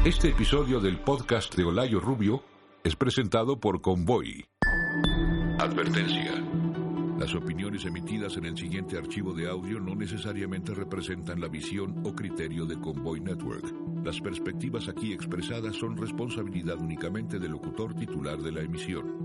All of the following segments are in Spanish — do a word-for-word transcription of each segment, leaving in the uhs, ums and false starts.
Este episodio del podcast de Olayo Rubio es presentado por Convoy. Advertencia. Las opiniones emitidas en el siguiente archivo de audio no necesariamente representan la visión o criterio de Convoy Network. Las perspectivas aquí expresadas son responsabilidad únicamente del locutor titular de la emisión.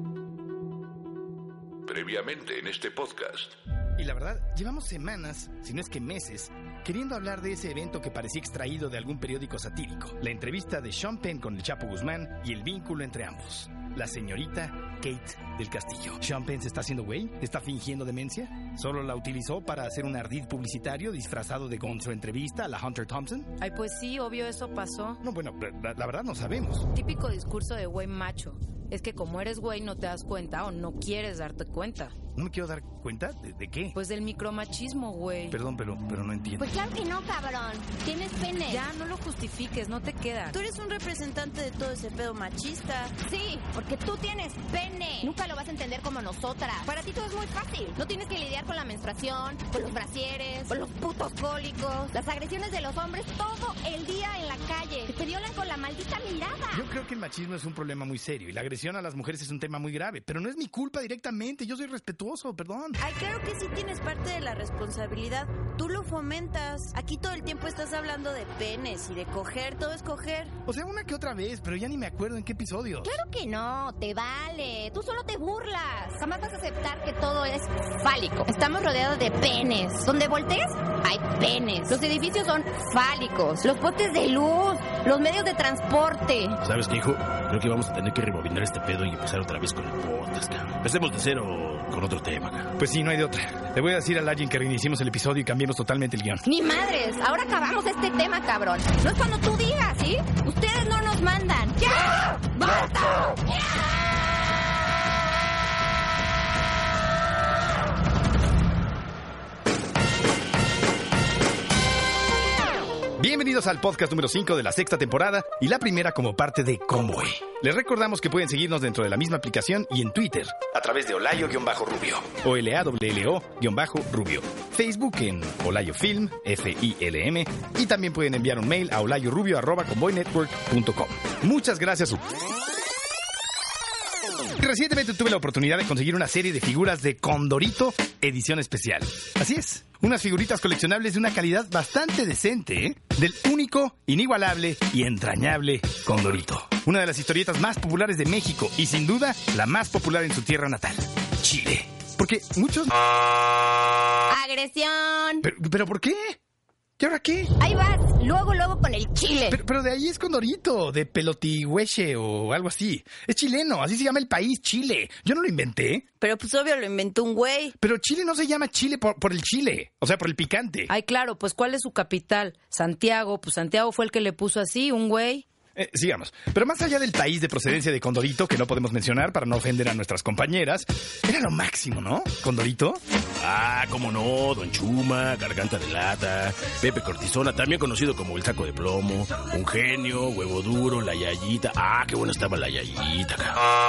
Previamente en este podcast. Y la verdad, llevamos semanas, si no es que meses, queriendo hablar de ese evento que parecía extraído de algún periódico satírico. La entrevista de Sean Penn con el Chapo Guzmán y el vínculo entre ambos. La señorita Kate del Castillo. ¿Sean Penn se está haciendo güey? ¿Está fingiendo demencia? ¿Solo la utilizó para hacer un ardid publicitario disfrazado de gonzo entrevista a la Hunter Thompson? Ay, pues sí, obvio eso pasó. No, bueno, la, la verdad no sabemos. Típico discurso de güey macho. Es que como eres güey no te das cuenta o no quieres darte cuenta. ¿No me quiero dar cuenta? ¿De, de qué? Pues del micromachismo, güey. Perdón, pero, pero no entiendo. Pues claro que no, cabrón. Tienes pene. Ya, no lo justifiques, no te queda. Tú eres un representante de todo ese pedo machista. Sí, porque tú tienes pene. Nunca lo vas a entender como nosotras. Para ti todo es muy fácil. No tienes que lidiar con la menstruación, con los brasieres, con los putos cólicos, las agresiones de los hombres todo el día en la calle. Te violan con la maldita mirada. Yo creo que el machismo es un problema muy serio y la agresión a las mujeres es un tema muy grave, pero no es mi culpa directamente. Yo soy respetuoso, perdón. Ay, claro que sí tienes parte de la responsabilidad. Tú lo fomentas. Aquí todo el tiempo estás hablando de penes y de coger. Todo es coger. O sea, una que otra vez, pero ya ni me acuerdo en qué episodio. Claro que no, te vale. Tú solo te burlas. Jamás vas a aceptar que todo es fálico. Estamos rodeados de penes. Donde voltees, hay penes. Los edificios son fálicos. Los postes de luz, los medios de transporte. ¿Sabes qué, hijo? Creo que vamos a tener que rebobinar este pedo y empezar otra vez con el podcast, cabrón. Empecemos de cero con otro tema, cabrón. Pues sí, no hay de otra. Le voy a decir a Lajin que reiniciemos el episodio y cambiemos totalmente el guión. Ni madres, ahora acabamos este tema, cabrón. No es cuando tú digas, ¿sí? Ustedes no nos mandan. ¡Ya! ¡Basta! ¡Ya! Bienvenidos al podcast número cinco de la sexta temporada y la primera como parte de Convoy. Les recordamos que pueden seguirnos dentro de la misma aplicación y en Twitter a través de Olayo-Rubio o L A W L O-Rubio, Facebook en Olayo Film, F I L M, y también pueden enviar un mail a olayorubio arroba convoy network punto com. Muchas gracias. Recientemente tuve la oportunidad de conseguir una serie de figuras de Condorito edición especial. Así es, unas figuritas coleccionables de una calidad bastante decente, ¿eh? Del único, inigualable y entrañable Condorito. Una de las historietas más populares de México y sin duda la más popular en su tierra natal, Chile. Porque muchos... ¡Agresión! ¿Pero, pero por qué? ¿Y ahora qué? Ahí vas, luego, luego con el chile. Pero, pero de ahí es Condorito, de Pelotihueche o algo así. Es chileno, así se llama el país, Chile. Yo no lo inventé. Pero pues obvio lo inventó un güey. Pero Chile no se llama Chile por, por el chile, o sea, por el picante. Ay, claro, pues ¿cuál es su capital? Santiago, pues Santiago fue el que le puso así, un güey. Eh, sigamos. Pero más allá del país de procedencia de Condorito, que no podemos mencionar para no ofender a nuestras compañeras, era lo máximo, ¿no? ¿Condorito? Ah, cómo no, Don Chuma, Garganta de Lata, Pepe Cortisona, también conocido como el Saco de Plomo, Un Genio, Huevo Duro, La Yayita. Ah, qué buena estaba La Yayita,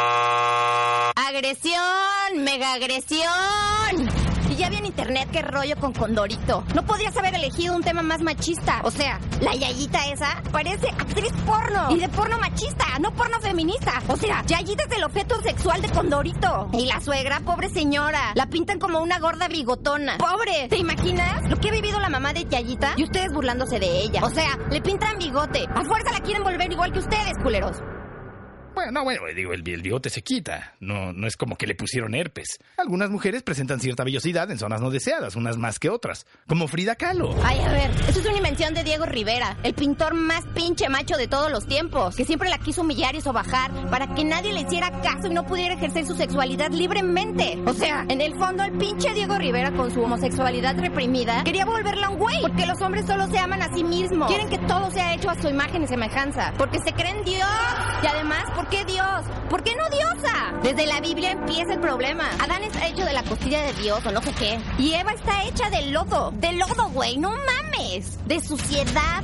cabrón. ¡Agresión! ¡Mega agresión! Y ya vi en internet qué rollo con Condorito. No podrías haber elegido un tema más machista. O sea, la Yayita esa parece actriz porno. Y de porno machista, no porno feminista. O sea, Yayita es el objeto sexual de Condorito. Y la suegra, pobre señora, la pintan como una gorda bigotona. ¡Pobre! ¿Te imaginas lo que ha vivido la mamá de Yayita? Y ustedes burlándose de ella. O sea, le pintan bigote. A fuerza la quieren volver igual que ustedes, culeros. Bueno, no, bueno, digo, el, el bigote se quita. No, no es como que le pusieron herpes. Algunas mujeres presentan cierta vellosidad en zonas no deseadas, unas más que otras. Como Frida Kahlo. Ay, a ver, eso es una invención de Diego Rivera, el pintor más pinche macho de todos los tiempos, que siempre la quiso humillar y sobajar para que nadie le hiciera caso y no pudiera ejercer su sexualidad libremente. O sea, en el fondo, el pinche Diego Rivera, con su homosexualidad reprimida, quería volverla un güey. Porque los hombres solo se aman a sí mismos. Quieren que todo sea hecho a su imagen y semejanza. Porque se creen Dios. Y además, ¿por qué Dios? ¿Por qué no diosa? Desde la Biblia empieza el problema. Adán está hecho de la costilla de Dios o no sé qué. Y Eva está hecha de lodo. De lodo, güey, no mames. De suciedad.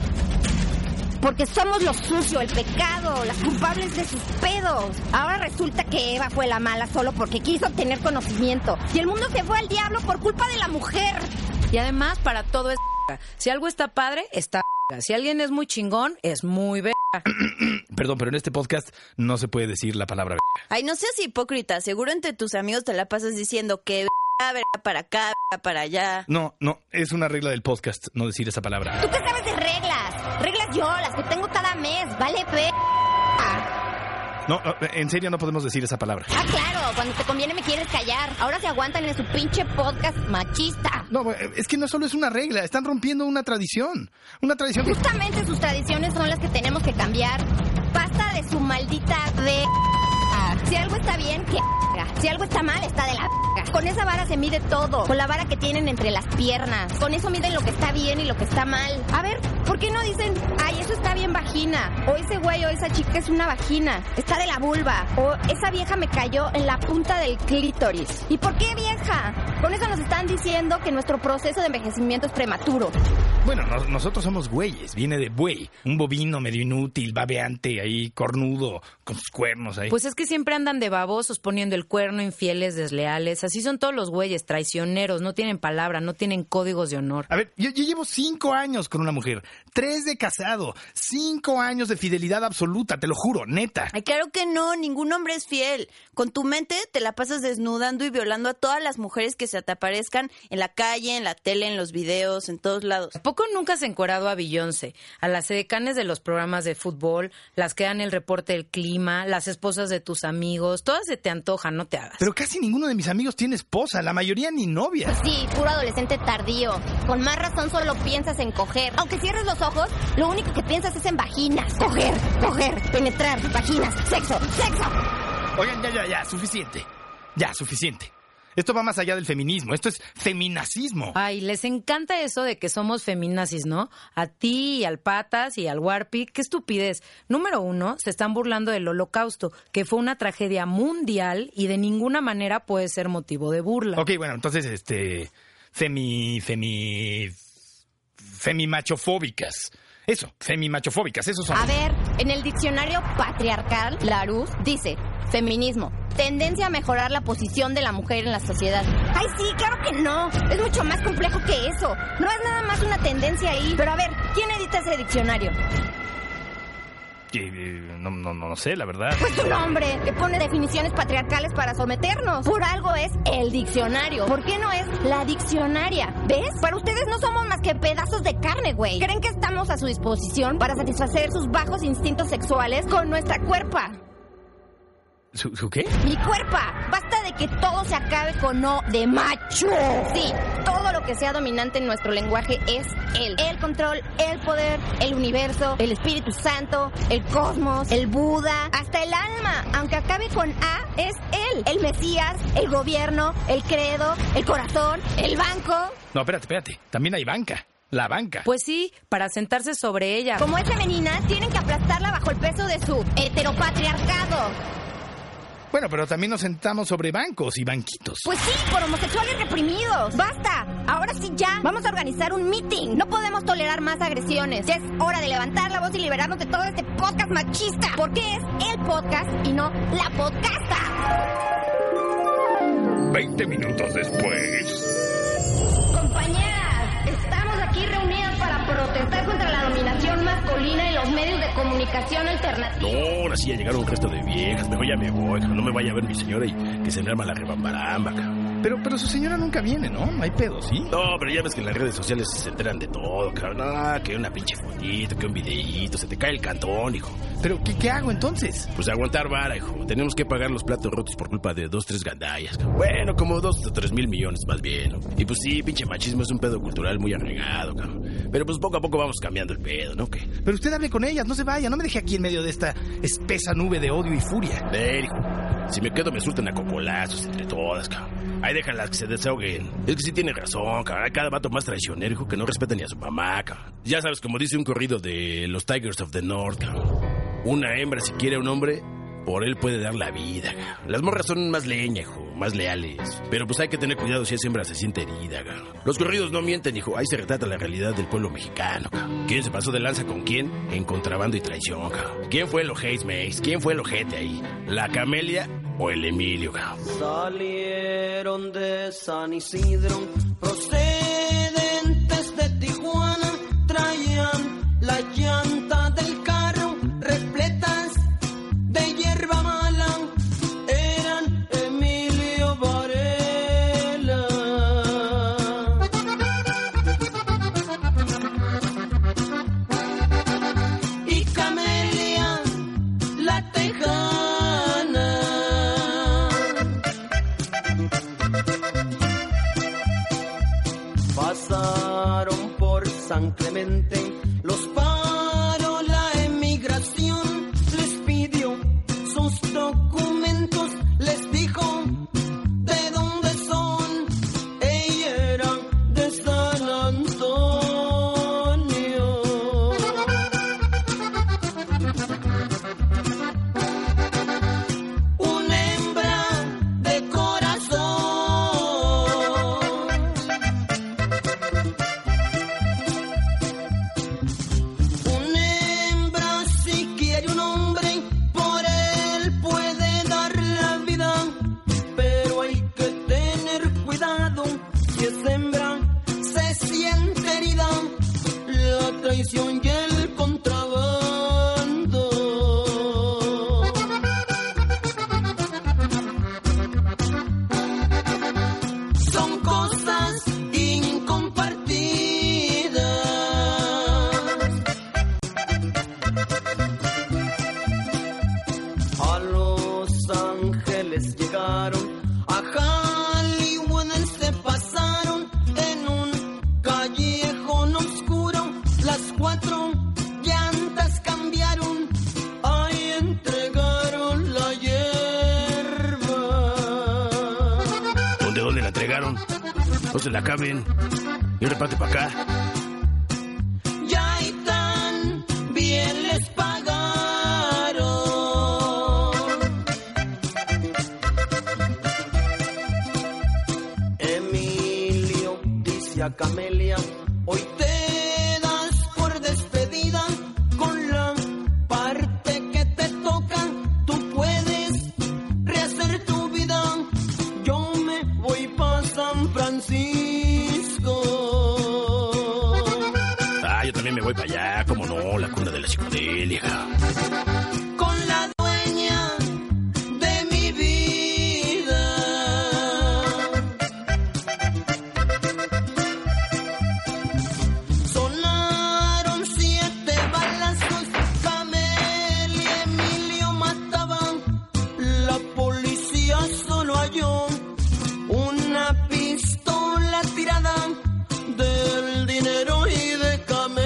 Porque somos lo sucio, el pecado, las culpables de sus pedos. Ahora resulta que Eva fue la mala solo porque quiso obtener conocimiento. Y el mundo se fue al diablo por culpa de la mujer. Y además, para todo es Si algo está padre, está si alguien es muy chingón, es muy verga. Perdón, pero en este podcast no se puede decir la palabra verga. Ay, no seas hipócrita. Seguro entre tus amigos te la pasas diciendo que verga, verga para acá, verga para allá. No, no, es una regla del podcast no decir esa palabra. ¿Tú qué sabes de reglas? Reglas yo, las que tengo cada mes. Vale, verga. No, no, en serio no podemos decir esa palabra. Ah, claro, cuando te conviene me quieres callar. Ahora se aguantan en su pinche podcast machista. No, es que no solo es una regla, están rompiendo una tradición. Una tradición que... Justamente sus tradiciones son las que tenemos que cambiar. Basta de su maldita de... Si algo está bien, que... Si algo está mal, está de la... Con esa vara se mide todo. Con la vara que tienen entre las piernas. Con eso miden lo que está bien y lo que está mal. A ver, ¿por qué no dicen, ay, eso está bien vagina? O ese güey o esa chica es una vagina. Está de la vulva. O esa vieja me cayó en la punta del clítoris. ¿Y por qué vieja? Con eso nos están diciendo que nuestro proceso de envejecimiento es prematuro. Bueno, no, nosotros somos güeyes. Viene de buey. Un bovino medio inútil, babeante, ahí, cornudo, con sus cuernos ahí. Pues es que siempre andan de babosos poniendo el cuerno, infieles, desleales. Así son todos los güeyes, traicioneros, no tienen palabra, no tienen códigos de honor. A ver, yo, yo llevo cinco años con una mujer, tres de casado, cinco años de fidelidad absoluta, te lo juro, neta. Ay, claro que no, ningún hombre es fiel. Con tu mente te la pasas desnudando y violando a todas las mujeres que se te aparezcan en la calle, en la tele, en los videos, en todos lados. ¿A poco nunca has encuerado a Beyoncé, a las edecanes de los programas de fútbol, las que dan el reporte del clima, las esposas de tus amigos? Todas se te antojan, no te hagas. Pero casi ninguno de mis amigos tiene esposa, la mayoría ni novia. Sí, puro adolescente tardío. Con más razón solo piensas en coger. Aunque cierres los ojos, lo único que piensas es en vaginas. Coger, coger, penetrar, vaginas, sexo, sexo. Oigan, ya, ya, ya, suficiente. Ya, suficiente. Esto va más allá del feminismo, esto es feminacismo. Ay, les encanta eso de que somos feminazis, ¿no? A ti y al Patas y al Warpi, qué estupidez. Número uno, se están burlando del Holocausto, que fue una tragedia mundial y de ninguna manera puede ser motivo de burla. Ok, bueno, entonces, este... Femi... Femi... Femimachofóbicas. Eso, femimachofóbicas, esos son. A ver, en el diccionario patriarcal, Larousse dice... Feminismo. Tendencia a mejorar la posición de la mujer en la sociedad. ¡Ay, sí! ¡Claro que no! Es mucho más complejo que eso. No es nada más una tendencia ahí. Pero a ver, ¿quién edita ese diccionario? Que, no, no, no sé, la verdad. Pues un hombre que pone definiciones patriarcales para someternos. Por algo es el diccionario. ¿Por qué no es la diccionaria? ¿Ves? Para ustedes no somos más que pedazos de carne, güey. ¿Creen que estamos a su disposición para satisfacer sus bajos instintos sexuales con nuestra cuerpa? ¿Su, ¿Su qué? Mi cuerpa. Basta de que todo se acabe con no de macho. Sí, todo lo que sea dominante en nuestro lenguaje es él. El control, el poder, el universo, el Espíritu Santo, el cosmos, el Buda, hasta el alma. Aunque acabe con A, es él. El Mesías, el gobierno, el credo, el corazón, el banco. No, espérate, espérate. También hay banca. La banca. Pues sí, para sentarse sobre ella. Como es femenina, tienen que aplastarla bajo el peso de su heteropatriarcado. Bueno, pero también nos sentamos sobre bancos y banquitos. Pues sí, por homosexuales reprimidos. ¡Basta! Ahora sí ya. Vamos a organizar un meeting. No podemos tolerar más agresiones. Ya es hora de levantar la voz y liberarnos de todo este podcast machista. Porque es el podcast y no la podcasta. Veinte minutos después. Compañeras, estamos aquí reunidas para protestar contra la dominación masculina en los medios de comunicación alternativos. No, ahora sí ya llegaron un resto de viejas. Mejor ya me voy, no me vaya a ver mi señora y que se me arma la rebambaramba, cabrón. Pero, pero su señora nunca viene, ¿no? No hay pedo, ¿sí? No, pero ya ves que en las redes sociales se enteran de todo, cabrón. No, que una pinche fotito, que un videíto, se te cae el cantón, hijo. ¿Pero qué, qué hago entonces? Pues aguantar vara, hijo. Tenemos que pagar los platos rotos por culpa de dos, tres gandallas, cabrón. Bueno, como dos o tres mil millones más bien, ¿no? Y pues sí, pinche machismo es un pedo cultural muy arraigado, cabrón. Pero pues poco a poco vamos cambiando el pedo, ¿no? ¿Qué? Pero usted hable con ellas, no se vaya, no me deje aquí en medio de esta espesa nube de odio y furia. Ver, hijo. Si me quedo me surten a cocolazos entre todas, cabrón. Ahí déjenlas que se desahoguen. Es que sí tiene razón, cabrón. Hay cada vato más traicionero, hijo, que no respeta ni a su mamá, cabrón. Ya sabes, como dice un corrido de los Tigers of the North, cabrón. Una hembra, si quiere a un hombre, por él puede dar la vida, cabrón. Las morras son más leña, hijo, más leales. Pero pues hay que tener cuidado si esa hembra se siente herida, cabrón. Los corridos no mienten, hijo. Ahí se retrata la realidad del pueblo mexicano, cabrón. ¿Quién se pasó de lanza con quién? En contrabando y traición, cabrón. ¿Quién fue el ojete, Mace? ¿Quién fue el ojete ahí? ¿La Camelia o el Emilio, cabrón? Salieron de San Isidro, procedentes de Tijuana. No se la acaben. Y reparte para acá. Ya y tan bien les pagaron. Emilio dice a Camelia, hoy te das por despedida con la parte que te toca. Tú puedes rehacer tu vida. Yo me voy pa' San Francisco. Ah, yo también me voy para allá, cómo no, la cuna de la psicodelia. Con la dueña de mi vida. Sonaron siete balazos, Camelia y Emilio mataban. La policía solo halló una pistola tirada del dinero y de Camelia.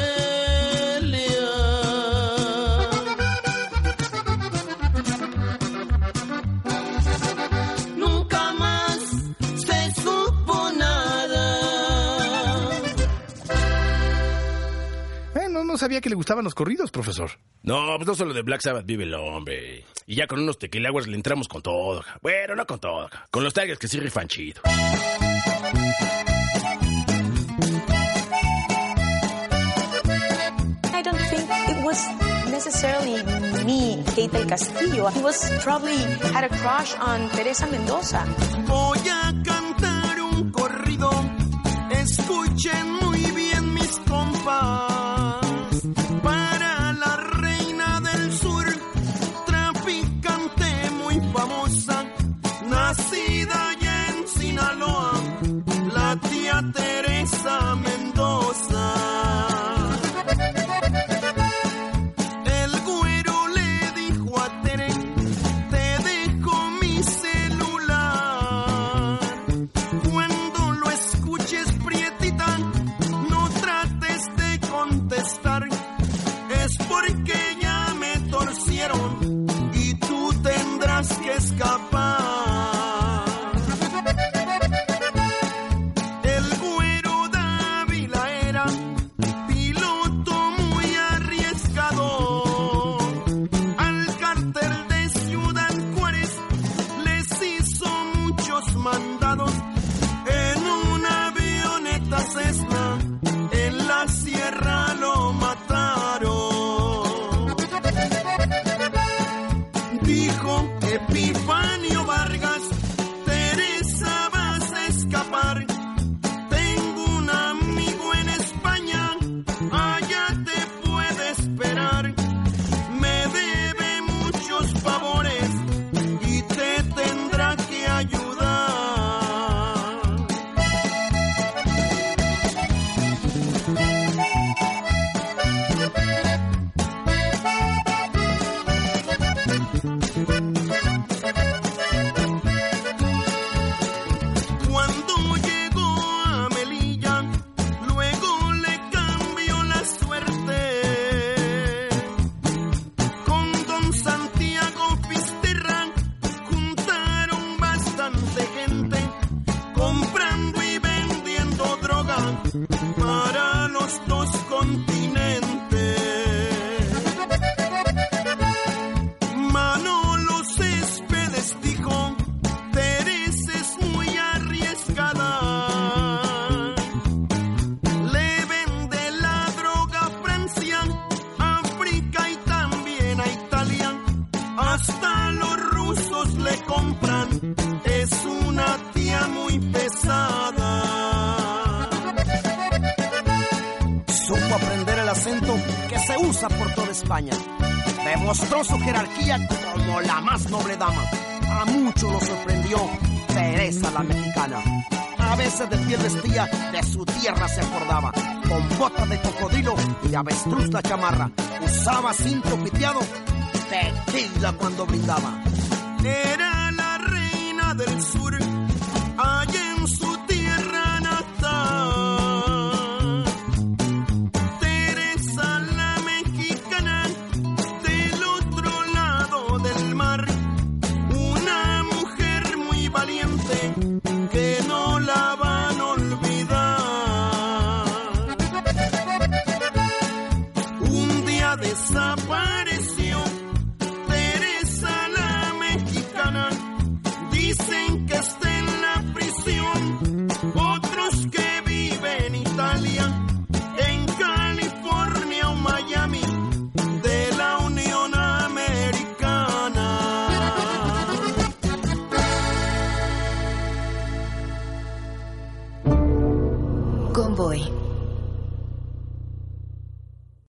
Nunca más se supo nada. Eh, no, no sabía que le gustaban los corridos, profesor. No, pues no solo de Black Sabbath vive el hombre. Y ya con unos tequilaguas le entramos con todo. Bueno, no con todo. Con los Tigers que sí rifan chido. I don't think it was necessarily me, Kate del Castillo. He was probably had a crush on Teresa Mendoza. Voy a cantar un corrido. Escuchen muy bien mis compas. Para la reina del sur, traficante muy famosa, nacida ya en Sinaloa, la tía Teresa Mendoza. El güero le dijo a Tere, te dejo mi celular. Cuando lo escuches, prietita, no trates de contestar. Es porque ya me torcieron y tú tendrás que escapar. El güero Dávila era piloto muy arriesgado. Al cártel de Ciudad Juárez les hizo muchos mandados. En una avioneta Cessna en la sierra lo mataron. Dijo Epifanio Vargas, Teresa, vas a escapar. Tengo un amigo en España, allá te puede esperar. Me debe muchos favores y te tendrá que ayudar. Cuando llegó a Melilla, luego le cambió la suerte. Con don Santiago Fisterra juntaron bastante gente, comprando y vendiendo droga para los dos continentes. Manolo Céspedes dijo, Teresa es muy arriesgada. Le vende la droga a Francia, África y también a Italia. Hasta los rusos le compran. Es una tía muy pesada. Supo aprender el acento que se usa por toda España. Demostró su jerarquía como la más noble dama. A muchos lo sorprendió Teresa la mexicana. A veces de piel vestía, de su tierra se acordaba. Con botas de cocodrilo y avestruz la chamarra. Usaba cinto piteado, tequila cuando brindaba. Era la reina del sur, allá en su tierra natal. Teresa la mexicana, del otro lado del mar. Una mujer muy valiente que no la van a olvidar. desapareció. Teresa la mexicana, dicen que está en la prisión. Otros que viven en Italia, en California o Miami, de la Unión Americana. Convoy.